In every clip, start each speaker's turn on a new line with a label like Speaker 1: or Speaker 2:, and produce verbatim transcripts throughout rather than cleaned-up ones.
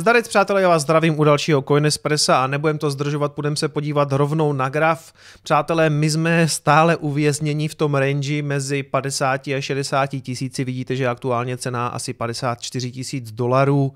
Speaker 1: Zdarec přátelé, já vás zdravím u dalšího Coinespressa a nebudem to zdržovat, půjdeme se podívat rovnou na graf. Přátelé, my jsme stále uvězněni v tom range mezi padesáti a šedesáti tisíci, vidíte, že aktuálně cena asi padesát čtyři tisíc dolarů,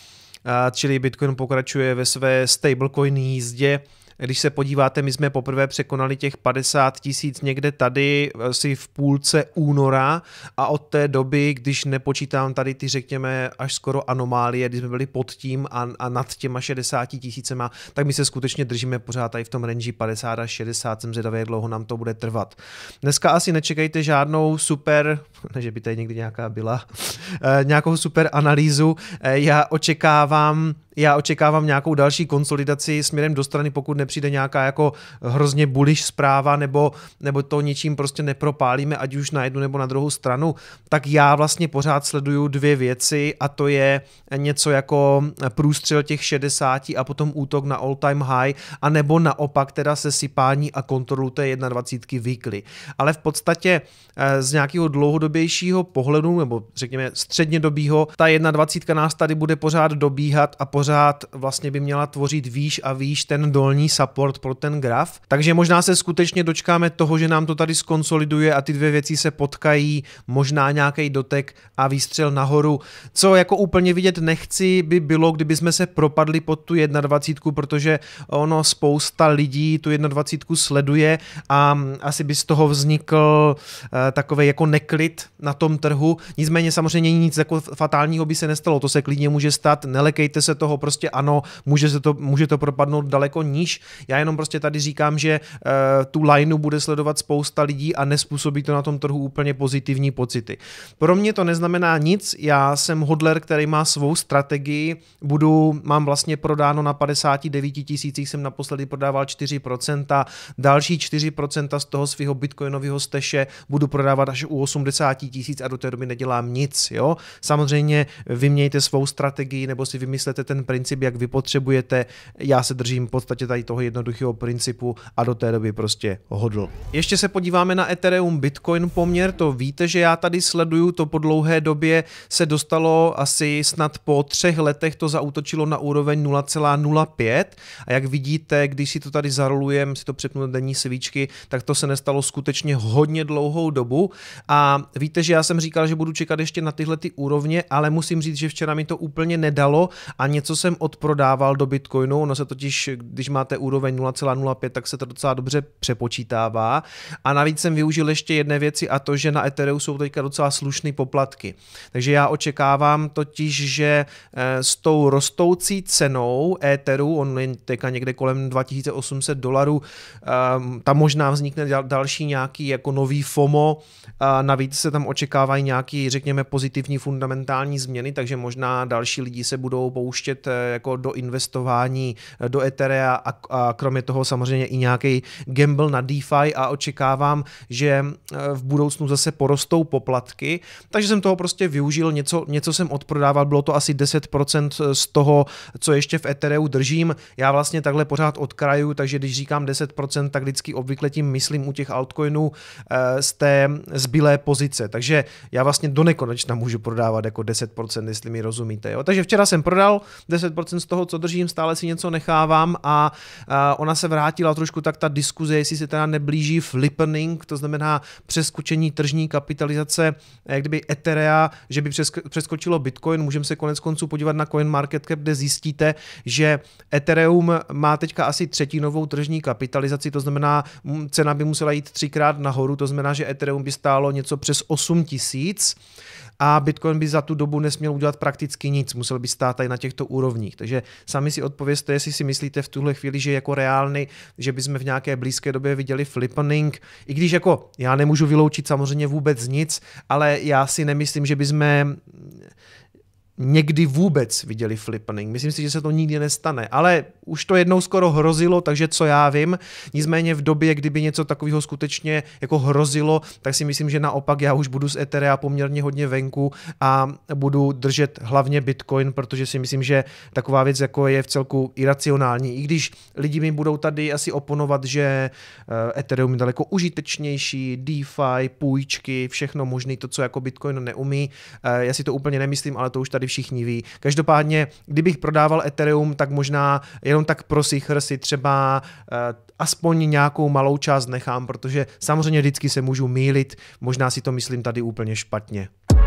Speaker 1: čili Bitcoin pokračuje ve své stablecoin jízdě. Když se podíváte, my jsme poprvé překonali těch padesát tisíc někde tady asi v půlce února a od té doby, když nepočítám tady ty řekněme až skoro anomálie, kdy jsme byli pod tím a, a nad těma šedesáti tisícema, tak my se skutečně držíme pořád tady v tom range padesát až šedesát, jsem zvědavý, jak dlouho nám to bude trvat. Dneska asi nečekejte žádnou super, ne, že by tady někdy nějaká byla, nějakou super analýzu, já očekávám Já očekávám nějakou další konsolidaci směrem do strany, pokud nepřijde nějaká jako hrozně bullish zpráva nebo, nebo to ničím prostě nepropálíme, ať už na jednu nebo na druhou stranu, tak já vlastně pořád sleduju dvě věci a to je něco jako průstřel těch šedesáti a potom útok na all time high a nebo naopak teda sesypání a kontrolu té jednadvacítky weekly. Ale v podstatě z nějakého dlouhodobějšího pohledu nebo řekněme střednědobýho, ta jednadvacítka nás tady bude pořád dobíhat a pořád pořád vlastně by měla tvořit výš a výš ten dolní support pro ten graf. Takže možná se skutečně dočkáme toho, že nám to tady skonsoliduje a ty dvě věci se potkají, možná nějaký dotek a výstřel nahoru. Co jako úplně vidět nechci by bylo, kdyby jsme se propadli pod tu jednadvacítku, protože ono spousta lidí tu jednadvacítku sleduje a asi by z toho vznikl uh, takovej jako neklid na tom trhu. Nicméně samozřejmě nic jako fatálního by se nestalo, to se klidně může stát, nelekejte se toho, prostě ano, může, se to, může to propadnout daleko níž. Já jenom prostě tady říkám, že uh, tu lineu bude sledovat spousta lidí a nespůsobí to na tom trhu úplně pozitivní pocity. Pro mě to neznamená nic, já jsem hodler, který má svou strategii, budu, mám vlastně prodáno na padesáti devíti tisících, jsem naposledy prodával čtyři procenta, další čtyři procenta z toho svého bitcoinového steše budu prodávat až u osmdesáti tisíc a do té doby nedělám nic, jo. Samozřejmě vyměňte svou strategii nebo si vymyslete ten princip, jak vy potřebujete. Já se držím v podstatě tady toho jednoduchého principu a do té doby prostě hodl. Ještě se podíváme na Ethereum Bitcoin poměr, to víte, že já tady sleduju, to po dlouhé době se dostalo asi snad po třech letech to zaútočilo na úroveň nula celá nula pět a jak vidíte, když si to tady zarolujeme, si to přepnu na denní svíčky, tak to se nestalo skutečně hodně dlouhou dobu a víte, že já jsem říkal, že budu čekat ještě na tyhle ty úrovně, ale musím říct, že včera mi to úplně nedalo a něco jsem odprodával do Bitcoinu, ono se totiž, když máte úroveň nula celá nula pět, tak se to docela dobře přepočítává a navíc jsem využil ještě jedné věci a to, že na Ethereum jsou teďka docela slušné poplatky. Takže já očekávám totiž, že s tou rostoucí cenou Etheru, on je teďka někde kolem dva tisíce osm set dolarů, tam možná vznikne další nějaký jako nový FOMO, navíc se tam očekávají nějaký, řekněme, pozitivní fundamentální změny, takže možná další lidi se budou pouštět jako do investování do Etherea a, a kromě toho samozřejmě i nějaký gamble na DeFi a očekávám, že v budoucnu zase porostou poplatky, takže jsem toho prostě využil, něco, něco jsem odprodával, bylo to asi deset procent z toho, co ještě v Ethereu držím, já vlastně takhle pořád odkraju, takže když říkám deset procent, tak vždycky obvykle tím myslím u těch altcoinů z té zbylé pozice, takže já vlastně do nekonečna můžu prodávat jako deset procent, jestli mi rozumíte, jo? Takže včera jsem prodal deset procent z toho, co držím, stále si něco nechávám a, a ona se vrátila trošku tak ta diskuze, jestli se teda neblíží flipping, to znamená přeskočení tržní kapitalizace, jak kdyby Etherea, že by přeskočilo Bitcoin, můžeme se konec konců podívat na CoinMarketCap, kde zjistíte, že Ethereum má teďka asi třetinovou tržní kapitalizaci, to znamená, cena by musela jít třikrát nahoru, to znamená, že Ethereum by stálo něco přes osm tisíc a Bitcoin by za tu dobu nesměl udělat prakticky nic, musel by stát tady na těchto úrovních. Takže sami si odpovězte, jestli si myslíte v tuhle chvíli, že je jako reálný, že bychom v nějaké blízké době viděli flipping, i když jako já nemůžu vyloučit samozřejmě vůbec nic, ale já si nemyslím, že bychom někdy vůbec viděli flipping. Myslím si, že se to nikdy nestane, ale už to jednou skoro hrozilo, takže co já vím. Nicméně v době, kdyby něco takového skutečně jako hrozilo, tak si myslím, že naopak já už budu z Etherea poměrně hodně venku a budu držet hlavně Bitcoin, protože si myslím, že taková věc jako je v celku iracionální. I když lidi mi budou tady asi oponovat, že Ethereum je daleko užitečnější, DeFi, půjčky, všechno možné, to, co jako Bitcoin neumí. Já si to úplně nemyslím, ale to už tady všichni ví. Každopádně, kdybych prodával Ethereum, tak možná jenom tak pro sichr si třeba uh, aspoň nějakou malou část nechám, protože samozřejmě vždycky se můžu mýlit, možná si to myslím tady úplně špatně.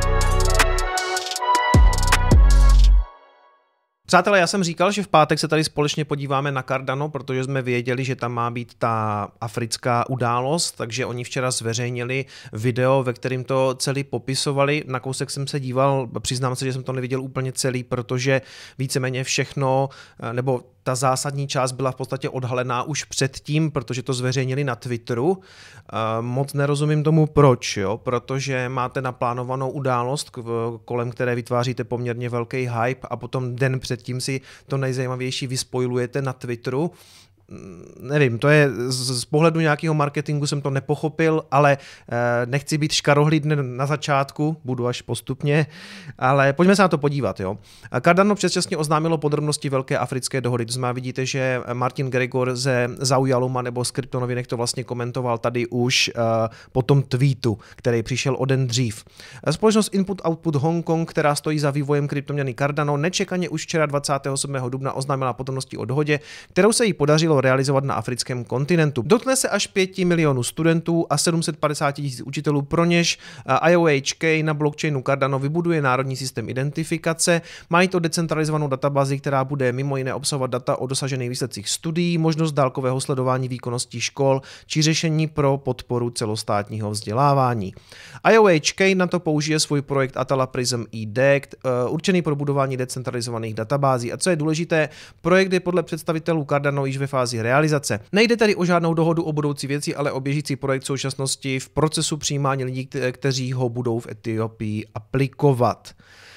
Speaker 1: Přátelé, já jsem říkal, že v pátek se tady společně podíváme na Cardano, protože jsme věděli, že tam má být ta africká událost, takže oni včera zveřejnili video, ve kterém to celý popisovali. Na kousek jsem se díval, přiznám se, že jsem to neviděl úplně celý, protože víceméně všechno, nebo ta zásadní část byla v podstatě odhalená už předtím, protože to zveřejnili na Twitteru. Moc nerozumím tomu proč, jo? Protože máte naplánovanou událost, kolem které vytváříte poměrně velký hype a potom den předtím si to nejzajímavější vyspojujete na Twitteru. Nevím, to je z pohledu nějakého marketingu jsem to nepochopil, ale nechci být škarohlíd na začátku, budu až postupně, ale pojďme se na to podívat. Jo. Cardano předčasně oznámilo podrobnosti velké africké dohody, to znamená, vidíte, že Martin Gregor ze Zaujaluma nebo z Kryptonovinek to vlastně komentoval tady už po tom tweetu, který přišel o den dřív. Společnost Input Output Hong Kong, která stojí za vývojem kryptoměny Cardano, nečekaně už včera dvacátého sedmého dubna oznámila podrobnosti o dohodě, kterou se jí podařilo realizovat na africkém kontinentu. Dotkne se až pěti milionů studentů a sedm set padesát tisíc učitelů, pro něž I O H K na blockchainu Cardano vybuduje národní systém identifikace. Mají to decentralizovanou databázi, která bude mimo jiné obsahovat data o dosažených výsledcích studií, možnost dálkového sledování výkonností škol či řešení pro podporu celostátního vzdělávání. I O H K na to použije svůj projekt Atala Prism I D, určený pro budování decentralizovaných databází. A co je důležité, projekt je podle představitelů Cardano již ve fázi realizace. Nejde tedy o žádnou dohodu o budoucí věci, ale o běžící projekt v současnosti v procesu přijímání lidí, kteří ho budou v Etiopii aplikovat.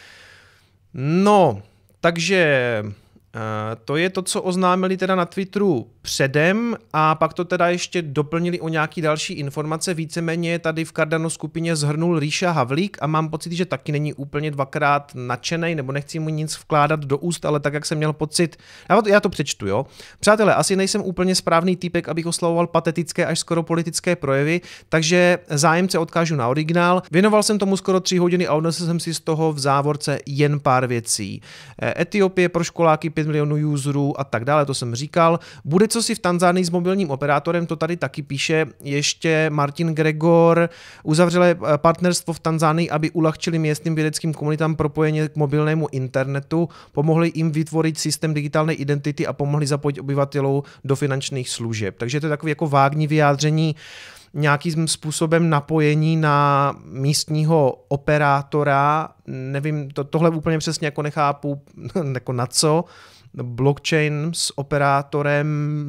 Speaker 1: No, takže to je to, co oznámili teda na Twitteru předem a pak to teda ještě doplnili o nějaký další informace. Víceméně tady v Cardano skupině zhrnul Ríša Havlík a mám pocit, že taky není úplně dvakrát nadšenej, nebo nechci mu nic vkládat do úst, ale tak, jak jsem měl pocit. Já to přečtu, jo. Přátelé, asi nejsem úplně správný týpek, abych oslavoval patetické až skoro politické projevy, takže zájemce odkážu na originál. Věnoval jsem tomu skoro tři hodiny a odnesl jsem si z toho v závorce jen pár věcí. Etiopie pro školáky pět milionů userů a tak dále, to jsem říkal. Bude co si v Tanzánii s mobilním operátorem, to tady taky píše ještě Martin Gregor. Uzavřeli partnerstvo v Tanzánii, aby ulehčili místním vědeckým komunitám propojení k mobilnému internetu, pomohli jim vytvořit systém digitální identity a pomohli zapojit obyvatelů do finančních služeb. Takže to je takové jako vágní vyjádření nějakým způsobem napojení na místního operátora. Nevím, to, tohle úplně přesně jako nechápu, jako na co. Blockchain s operátorem,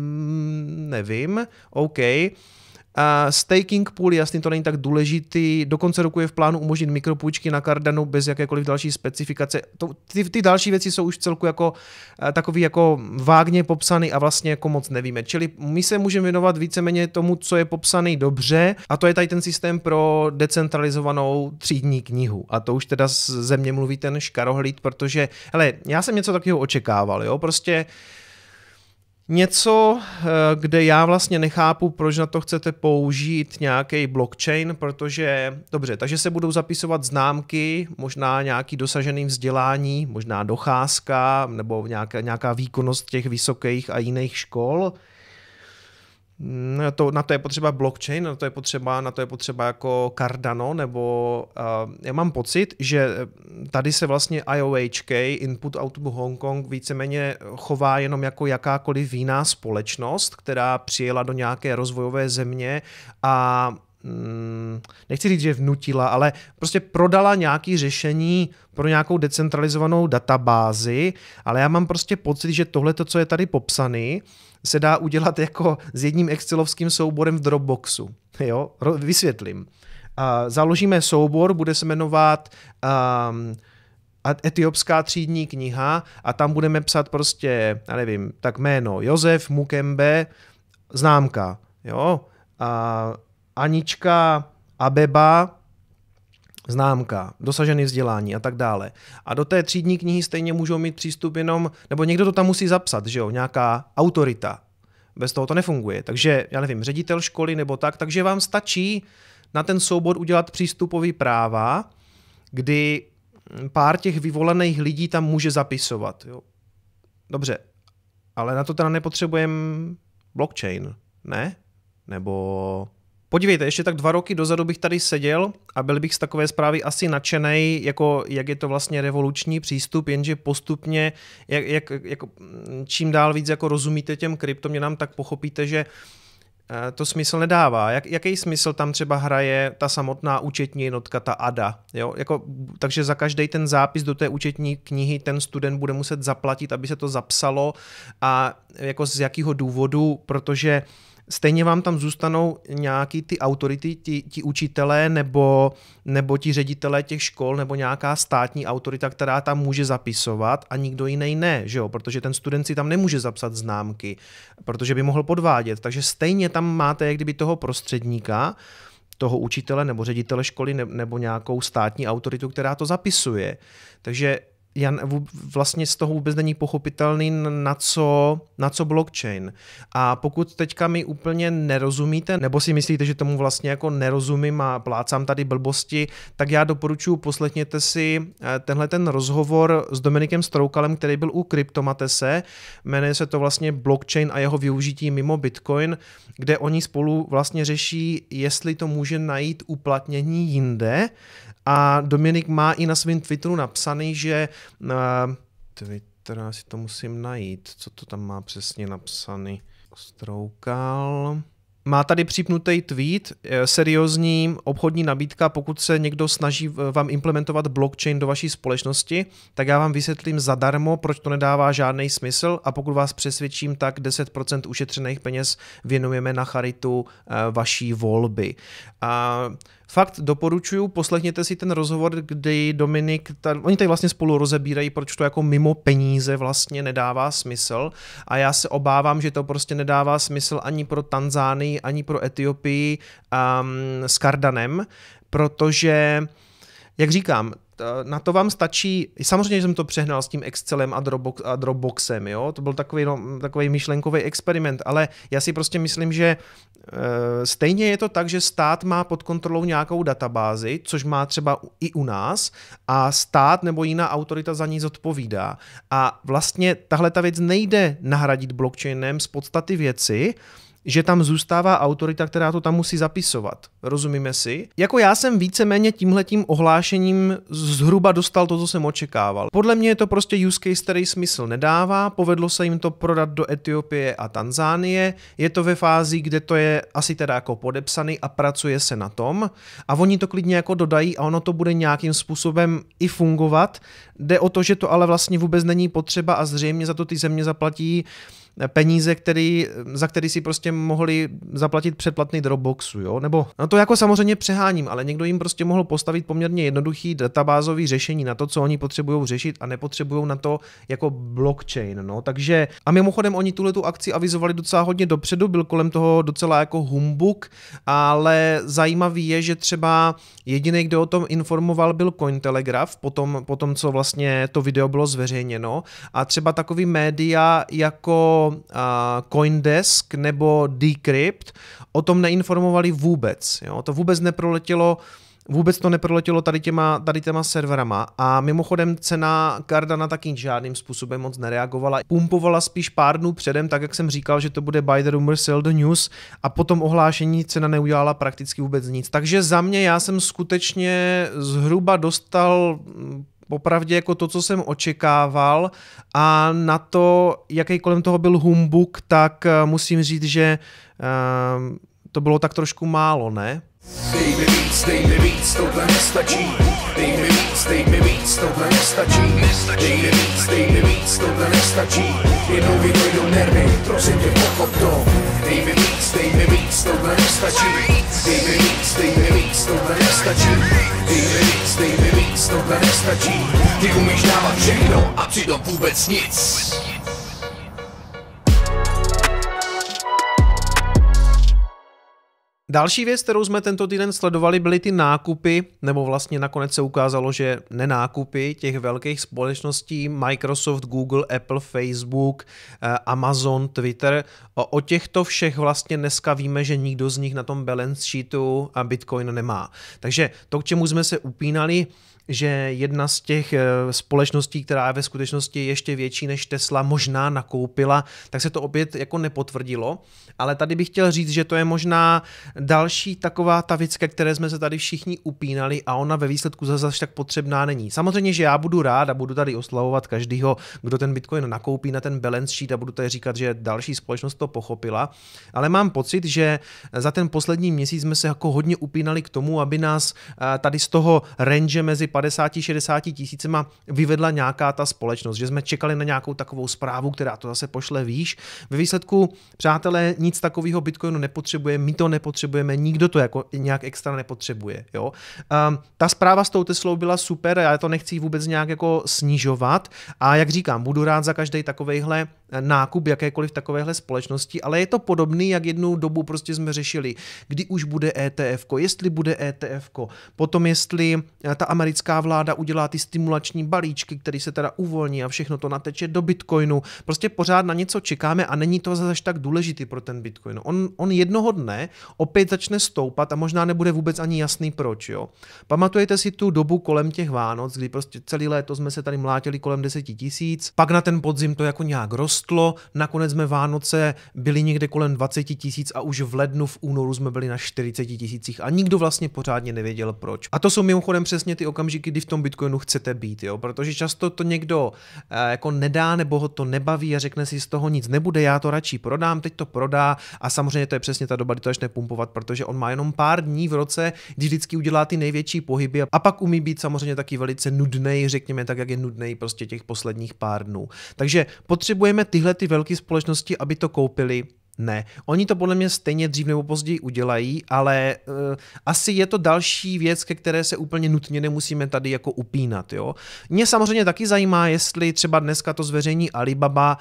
Speaker 1: nevím, OK. Uh, staking pool, jasně, to není tak důležitý. Do konce roku je v plánu umožnit mikropůjčky na Cardano bez jakékoliv další specifikace. To, ty, ty další věci jsou už v celku jako uh, takový jako vágně popsaný a vlastně jako moc nevíme. Čili my se můžeme věnovat víceméně tomu, co je popsaný dobře, a to je tady ten systém pro decentralizovanou třídní knihu. A to už teda ze mě mluví ten škarohlíd, protože, hele, já jsem něco takového očekával, jo, prostě něco, kde já vlastně nechápu, proč na to chcete použít nějaký blockchain, protože, dobře, takže se budou zapisovat známky, možná nějaký dosažený vzdělání, možná docházka, nebo nějaká, nějaká výkonnost těch vysokých a jiných škol. To, na to je potřeba blockchain, na to je potřeba, na to je potřeba jako Cardano, nebo uh, já mám pocit, že tady se vlastně I O H K, Input Output Hong Kong, víceméně chová jenom jako jakákoliv jiná společnost, která přijela do nějaké rozvojové země a hmm, nechci říct, že vnutila, ale prostě prodala nějaké řešení pro nějakou decentralizovanou databázi, ale já mám prostě pocit, že tohle, co je tady popsaný, se dá udělat jako s jedním excelovským souborem v Dropboxu. Jo? Vysvětlím. Uh, založíme soubor, bude se jmenovat um, Etiopská třídní kniha a tam budeme psat prostě, já nevím, tak jméno Josef Mukembe, známka, jo? Uh, Anička Abeba, známka, dosažený vzdělání a tak dále. A do té třídní knihy stejně můžou mít přístup jenom, nebo někdo to tam musí zapsat, že jo, nějaká autorita. Bez toho to nefunguje. Takže, já nevím, ředitel školy nebo tak, takže vám stačí na ten soubor udělat přístupový práva, kdy pár těch vyvolených lidí tam může zapisovat. Jo. Dobře, ale na to teda nepotřebujeme blockchain, ne? Nebo... Podívejte, ještě tak dva roky dozadu bych tady seděl a byl bych z takové zprávy asi nadšenej, jako jak je to vlastně revoluční přístup, jenže postupně, jak, jak, jako, čím dál víc jako rozumíte těm kryptoměnám, tak pochopíte, že to smysl nedává. Jak, jaký smysl tam třeba hraje ta samotná účetní jednotka, ta A D A? Jo? Jako, takže za každý ten zápis do té účetní knihy ten student bude muset zaplatit, aby se to zapsalo a jako z jakého důvodu, protože stejně vám tam zůstanou nějaký ty autority, ti, ti učitelé nebo, nebo ti ředitelé těch škol nebo nějaká státní autorita, která tam může zapisovat a nikdo jiný ne, že jo? Protože ten student si tam nemůže zapsat známky, protože by mohl podvádět. Takže stejně tam máte jak kdyby toho prostředníka, toho učitele nebo ředitele školy nebo nějakou státní autoritu, která to zapisuje. Takže Jan, vlastně z toho vůbec není pochopitelný, na co, na co blockchain. A pokud teďka mi úplně nerozumíte, nebo si myslíte, že tomu vlastně jako nerozumím a plácám tady blbosti, tak já doporučuji, poslechněte si tenhle ten rozhovor s Dominikem Stroukalem, který byl u Kryptomatese. Jmenuje se to vlastně blockchain a jeho využití mimo Bitcoin, kde oni spolu vlastně řeší, jestli to může najít uplatnění jinde. A Dominik má i na svém Twitteru napsaný, že uh, Twitter, si to musím najít, co to tam má přesně napsaný. Stroukal. Má tady připnutý tweet, seriózní obchodní nabídka, pokud se někdo snaží vám implementovat blockchain do vaší společnosti, tak já vám vysvětlím zadarmo, proč to nedává žádný smysl a pokud vás přesvědčím, tak deset procent ušetřených peněz věnujeme na charitu vaší volby. A fakt doporučuju, poslechněte si ten rozhovor, kdy Dominik, ta, oni tady vlastně spolu rozebírají, proč to jako mimo peníze vlastně nedává smysl a já se obávám, že to prostě nedává smysl ani pro Tanzánii, ani pro Etiopii um, s Cardanem, protože, jak říkám, na to vám stačí, samozřejmě jsem to přehnal s tím Excelem a, Dropbox, a Dropboxem, jo? To byl takový, no, takový myšlenkový experiment, ale já si prostě myslím, že e, stejně je to tak, že stát má pod kontrolou nějakou databázi, což má třeba i u nás a stát nebo jiná autorita za ní zodpovídá. A vlastně tahle ta věc nejde nahradit blockchainem z podstaty věci, že tam zůstává autorita, která to tam musí zapisovat. Rozumíme si? Jako já jsem víceméně tímhletím ohlášením zhruba dostal to, co jsem očekával. Podle mě je to prostě use case, který smysl nedává, povedlo se jim to prodat do Etiopie a Tanzánie, je to ve fázi, kde to je asi teda jako podepsaný a pracuje se na tom a oni to klidně jako dodají a ono to bude nějakým způsobem i fungovat. Jde o to, že to ale vlastně vůbec není potřeba a zřejmě za to ty země zaplatí peníze, který, za který si prostě mohli zaplatit předplatný Dropboxu, jo? Nebo, no to jako samozřejmě přeháním, ale někdo jim prostě mohl postavit poměrně jednoduchý databázový řešení na to, co oni potřebují řešit a nepotřebují na to jako blockchain, no, takže a mimochodem oni tuhletu akci avizovali docela hodně dopředu, byl kolem toho docela jako humbuk, ale zajímavý je, že třeba jediný, kdo o tom informoval, byl Cointelegraph, potom, potom co vlastně to video bylo zveřejněno a třeba takový média jako CoinDesk nebo Decrypt o tom neinformovali vůbec. Jo? To vůbec neproletělo, vůbec to neproletělo tady těma, tady těma serverama a mimochodem cena Cardana taky žádným způsobem moc nereagovala. Pumpovala spíš pár dnů předem, tak jak jsem říkal, že to bude buy the rumor, sell the news a potom ohlášení cena neudělala prakticky vůbec nic. Takže za mě já jsem skutečně zhruba dostal popravdě jako to, co jsem očekával a na to, jaký kolem toho byl humbuk, tak musím říct, že uh, to bylo tak trošku málo, ne?
Speaker 2: Dej mi víc, dej mi víc, tohle nestačí. Dej mi víc, dej mi víc, tohle nestačí. Dej mi víc, dej mi víc, tohle nestačí. Jednou mi dojdou nervy, prosím tě, pochop to. Dej mi víc, dej mi víc, tohle nestačí. Dej mi víc, dej mi víc, tohle nestačí. Dej mi víc, dej mi víc, tohle nestačí. Ty umíš dávat všechno a přitom vůbec nic.
Speaker 1: Další věc, kterou jsme tento týden sledovali, byly ty nákupy, nebo vlastně nakonec se ukázalo, že nenákupy těch velkých společností Microsoft, Google, Apple, Facebook, Amazon, Twitter. O těchto všech vlastně dneska víme, že nikdo z nich na tom balance sheetu a Bitcoin nemá. Takže to, k čemu jsme se upínali, že jedna z těch společností, která je ve skutečnosti ještě větší než Tesla, možná nakoupila, tak se to opět jako nepotvrdilo. Ale tady bych chtěl říct, že to je možná další taková ta věc, ke které jsme se tady všichni upínali a ona ve výsledku zase tak potřebná není. Samozřejmě, že já budu rád a budu tady oslavovat každýho, kdo ten Bitcoin nakoupí na ten balance sheet a budu tady říkat, že další společnost to pochopila, ale mám pocit, že za ten poslední měsíc jsme se jako hodně upínali k tomu, aby nás tady z toho range mezi padesát až šedesát tisícima vyvedla nějaká ta společnost, že jsme čekali na nějakou takovou zprávu, která to zase pošle výš. Ve výsledku, přátelé, nic takového Bitcoinu nepotřebuje, my to nepotřebujeme, nikdo to jako nějak extra nepotřebuje. Jo? Um, ta zpráva s tou Teslou byla super, já to nechci vůbec nějak jako snižovat a jak říkám, budu rád za každý takovejhle nákup jakékoliv takovéhle společnosti, ale je to podobný, jak jednu dobu prostě jsme řešili, kdy už bude E T F ko, jestli bude E T F ko, potom jestli ta americká vláda udělá ty stimulační balíčky, které se teda uvolní a všechno to nateče do Bitcoinu. Prostě pořád na něco čekáme a není to zase tak důležitý pro ten Bitcoin. On, on jednoho dne opět začne stoupat a možná nebude vůbec ani jasný proč. Jo. Pamatujete si tu dobu kolem těch Vánoc, kdy prostě celý léto jsme se tady mlátili kolem deset tisíc, pak na ten podzim to jako nějak rostlo, nakonec jsme Vánoce byli někde kolem dvacet tisíc a už v lednu, v únoru jsme byli na čtyřicet tisících a nikdo vlastně pořádně nevěděl proč. A to jsou mimochodem přesně ty okamžiky, kdy v tom Bitcoinu chcete být, jo? Protože často to někdo eh, jako nedá nebo ho to nebaví a řekne si z toho nic nebude, já to radši prodám, teď to prodá a samozřejmě to je přesně ta doba, kdy to začne pumpovat, protože on má jenom pár dní v roce, kdy vždycky udělá ty největší pohyby a pak umí být samozřejmě taky velice nudnej, řekněme tak, jak je nudnej prostě těch posledních pár dnů. Takže potřebujeme tyhle ty velké společnosti, aby to koupili. Ne, oni to podle mě stejně dřív nebo později udělají, ale uh, asi je to další věc, ke které se úplně nutně nemusíme tady jako upínat. Jo? Mě samozřejmě taky zajímá, jestli třeba dneska to zveřejní Alibaba,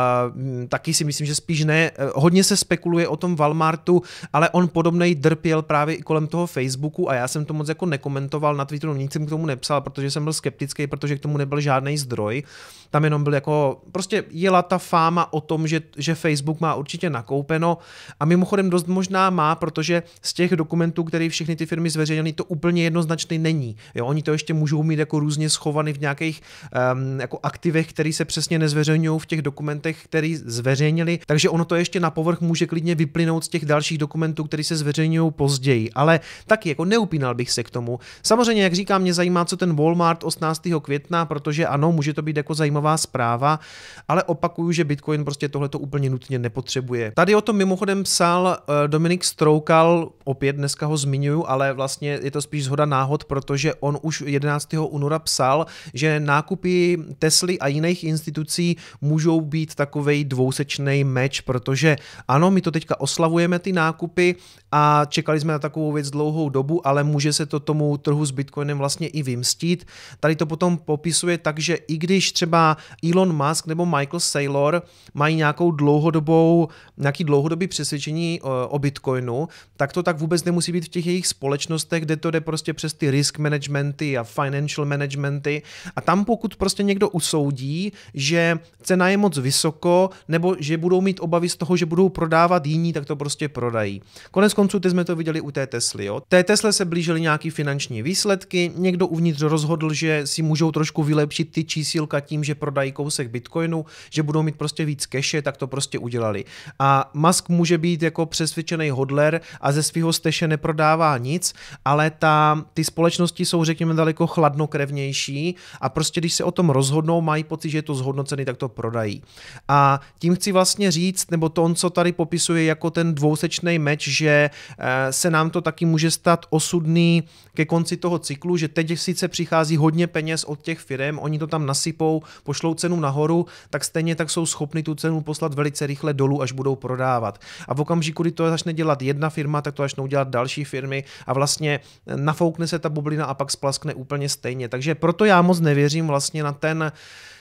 Speaker 1: uh, taky si myslím, že spíš ne. Uh, hodně se spekuluje o tom Walmartu, ale on podobnej drpěl právě i kolem toho Facebooku a já jsem to moc jako nekomentoval na Twitteru, nic jsem k tomu nepsal, protože jsem byl skeptický, protože k tomu nebyl žádný zdroj. Tam jenom byl jako, prostě jela ta fáma o tom, že, že Facebook má určitě nakoupeno a mimochodem dost možná má, protože z těch dokumentů, které všechny ty firmy zveřejnily, to úplně jednoznačný není. Jo, oni to ještě můžou mít jako různě schovaný v nějakých um, jako aktivech, které se přesně nezveřejňují v těch dokumentech, které zveřejnili, takže ono to ještě na povrch může klidně vyplynout z těch dalších dokumentů, které se zveřejňují později, ale taky jako neupínal bych se k tomu. Samozřejmě, jak říkám, mě zajímá, co ten Walmart osmnáctého května, protože ano, může to být jako zajímavá zpráva, ale opakuju, že Bitcoin prostě tohleto úplně nutně nepotřebuje. Tady o tom mimochodem psal Dominik Stroukal, opět dneska ho zmiňuju, ale vlastně je to spíš shoda náhod, protože on už jedenáctého února psal, že nákupy Tesly a jiných institucí můžou být takovej dvousečnej meč, protože ano, my to teďka oslavujeme ty nákupy a čekali jsme na takovou věc dlouhou dobu, ale může se to tomu trhu s Bitcoinem vlastně i vymstít. Tady to potom popisuje tak, že i když třeba Elon Musk nebo Michael Saylor mají nějakou dlouhodobou nějaký dlouhodobý přesvědčení o, o Bitcoinu, tak to tak vůbec nemusí být v těch jejich společnostech, kde to jde prostě přes ty risk managementy a financial managementy a tam pokud prostě někdo usoudí, že cena je moc vysoko nebo že budou mít obavy z toho, že budou prodávat jiní, tak to prostě prodají. Konec konců teď jsme to viděli u té Tesly. Jo? Té Tesle se blížily nějaký finanční výsledky, někdo uvnitř rozhodl, že si můžou trošku vylepšit ty čísílka tím, že prodají kousek Bitcoinu, že budou mít prostě víc cache, tak to prostě udělali. A Musk může být jako přesvědčený hodler a ze svého steše neprodává nic, ale ta, ty společnosti jsou, řekněme, daleko chladnokrevnější a prostě když se o tom rozhodnou, mají pocit, že je to zhodnocený, tak to prodají. A tím chci vlastně říct, nebo to on, co tady popisuje jako ten dvousečný meč, že se nám to taky může stát osudný ke konci toho cyklu, že teď sice přichází hodně peněz od těch firem, oni to tam nasypou, pošlou cenu nahoru, tak stejně tak jsou schopni tu cenu poslat velice rychle dolů, až budou prodávat. A v okamžiku, kdy to začne dělat jedna firma, tak to začnou dělat další firmy a vlastně nafoukne se ta bublina a pak splaskne úplně stejně. Takže proto já moc nevěřím vlastně na ten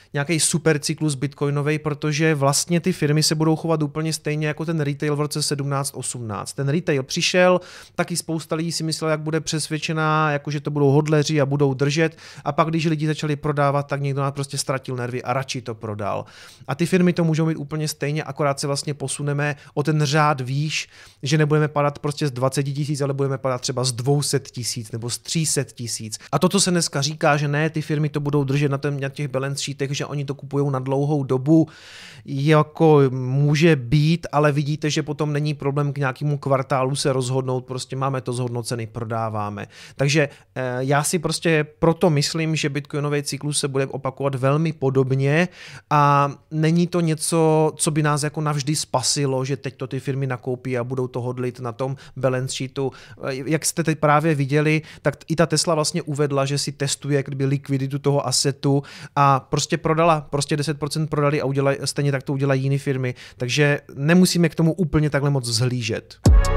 Speaker 1: nějaký super cyklus bitcoinový, protože vlastně ty firmy se budou chovat úplně stejně jako ten retail v roce sedmnáct osmnáct. Ten retail přišel, taky spousta lidí si myslela, jak bude přesvědčená, jako že to budou hodleři a budou držet, a pak když lidi začali prodávat, tak někdo nás prostě ztratil nervy a radši to prodal. A ty firmy to můžou mít úplně stejně, akorát se vlastně posuneme o ten řád výš, že nebudeme padat prostě z dvacet tisíc, ale budeme padat třeba z dvě stě tisíc nebo z tři sta tisíc. A to, co se dneska říká, že ne, ty firmy to budou držet na, ten, na těch balance sheetech, že oni to kupují na dlouhou dobu, jako může být, ale vidíte, že potom není problém k nějakému kvartálu se rozhodnout, prostě máme to zhodnocený, prodáváme. Takže eh, já si prostě proto myslím, že bitcoinový cyklus se bude opakovat velmi podobně a není to něco, co by nás jako navždy spasilo, že teď to ty firmy nakoupí a budou to hodlit na tom balance sheetu. Jak jste teď právě viděli, tak i ta Tesla vlastně uvedla, že si testuje kdyby likviditu toho asetu a prostě prodala, prostě deset procent prodali a udělaj, stejně tak to udělají jiné firmy, takže nemusíme k tomu úplně takhle moc zhlížet.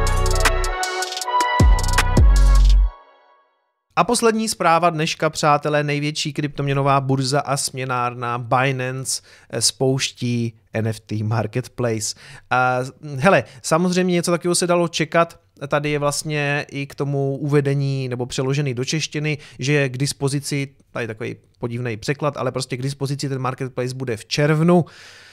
Speaker 1: A poslední zpráva dneška, přátelé, největší kryptoměnová burza a směnárna Binance spouští N F T Marketplace. A hele, samozřejmě něco takového se dalo čekat. Tady je vlastně i k tomu uvedení nebo přeložený do češtiny, že je k dispozici, tady takový podivný překlad, ale prostě k dispozici ten Marketplace bude v červnu.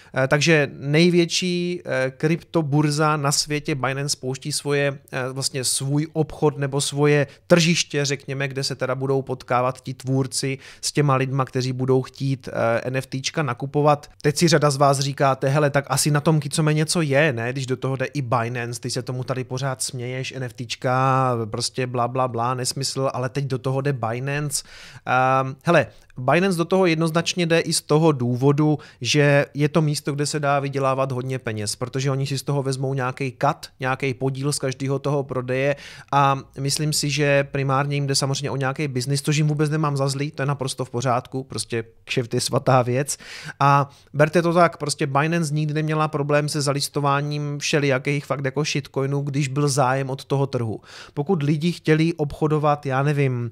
Speaker 1: Takže největší kryptoburza na světě Binance spouští svoje, vlastně svůj obchod nebo svoje tržiště, řekněme, kde se teda budou potkávat ti tvůrci s těma lidma, kteří budou chtít NFTčka nakupovat. Teď si řada z vás říkáte, hele, tak asi na tom Kicome něco je, ne? Když do toho jde i Binance, ty se tomu tady pořád směješ, NFTčka, prostě bla, bla, bla, nesmysl, ale teď do toho jde Binance. Um, hele, Binance do toho jednoznačně jde i z toho důvodu, že je to místo, kde se dá vydělávat hodně peněz, protože oni si z toho vezmou nějaký cut, nějaký podíl z každého toho prodeje a myslím si, že primárně jim jde samozřejmě o nějaký biznis, což jim vůbec nemám za zlý, to je naprosto v pořádku, prostě kšeft je svatá věc a berte to tak, prostě Binance nikdy neměla problém se zalistováním všelijakých fakt jako shitcoinů, když byl zájem od toho trhu. Pokud lidi chtěli obchodovat, já nevím,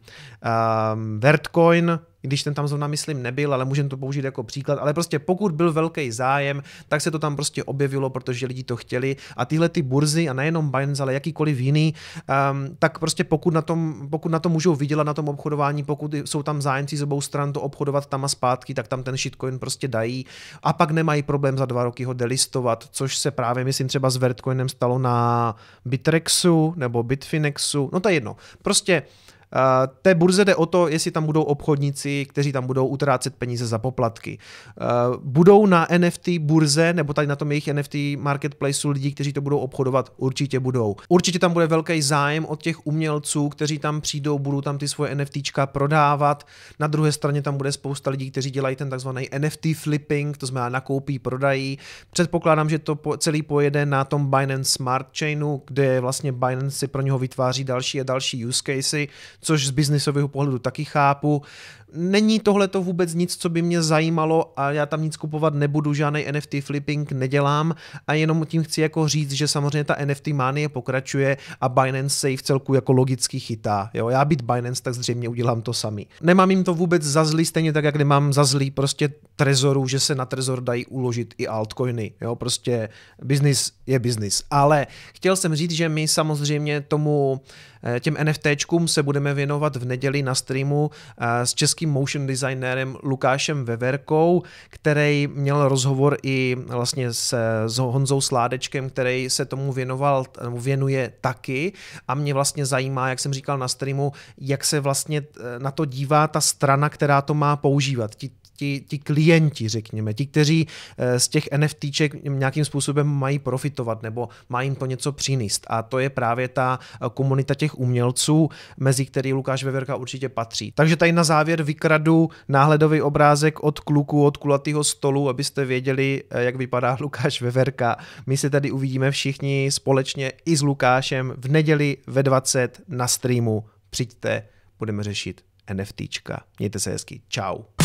Speaker 1: um, Vertcoin, když ten tam zrovna myslím nebyl, ale můžeme to použít jako příklad, ale prostě pokud byl velký zájem, tak se to tam prostě objevilo, protože lidi to chtěli a tyhle ty burzy a nejenom Binance, ale jakýkoliv jiný, um, tak prostě pokud na tom, pokud na tom můžou vydělat na tom obchodování, pokud jsou tam zájemci z obou stran to obchodovat tam a zpátky, tak tam ten shitcoin prostě dají a pak nemají problém za dva roky ho delistovat, což se právě myslím třeba s Vertcoinem stalo na Bitrexu nebo Bitfinexu, no to je jedno. Prostě Uh, té burze jde o to, jestli tam budou obchodníci, kteří tam budou utrácet peníze za poplatky. Uh, budou na N F T burze, nebo tady na tom jejich N F T marketplaceu lidi, kteří to budou obchodovat? Určitě budou. Určitě tam bude velký zájem od těch umělců, kteří tam přijdou, budou tam ty svoje NFTčka prodávat. Na druhé straně tam bude spousta lidí, kteří dělají ten takzvaný N F T flipping, to znamená nakoupí, prodají. Předpokládám, že to celý pojede na tom Binance Smart Chainu, kde vlastně Binance si pro něho vytváří další a další use casey, což z biznisového pohledu taky chápu. Není tohleto vůbec nic, co by mě zajímalo a já tam nic kupovat nebudu, žádný N F T flipping nedělám a jenom tím chci jako říct, že samozřejmě ta N F T manie pokračuje a Binance se jí v celku jako logicky chytá. Jo, já být Binance, tak zřejmě udělám to samý. Nemám jim to vůbec za zlý, stejně tak, jak nemám za zlý prostě Trezoru, že se na Trezor dají uložit i altcoiny. Jo, prostě biznis je biznis. Ale chtěl jsem říct, že my samozřejmě tomu těm NFTčkům se budeme věnovat v neděli na streamu s českým motion designérem Lukášem Veverkou, který měl rozhovor i vlastně s, s Honzou Sládečkem, který se tomu věnoval, věnuje taky a mě vlastně zajímá, jak jsem říkal na streamu, jak se vlastně na to dívá ta strana, která to má používat. Ti, ti, ti klienti, řekněme, ti, kteří z těch NFTček nějakým způsobem mají profitovat nebo mají jim to něco přinést. A to je právě ta komunita těch umělců, mezi který Lukáš Veverka určitě patří. Takže tady na závěr vykradu náhledový obrázek od kluku, od kulatého stolu, abyste věděli, jak vypadá Lukáš Veverka. My se tady uvidíme všichni společně i s Lukášem v neděli ve dvacet na streamu. Přijďte, budeme řešit NFTčka. Mějte se hezky. Čau.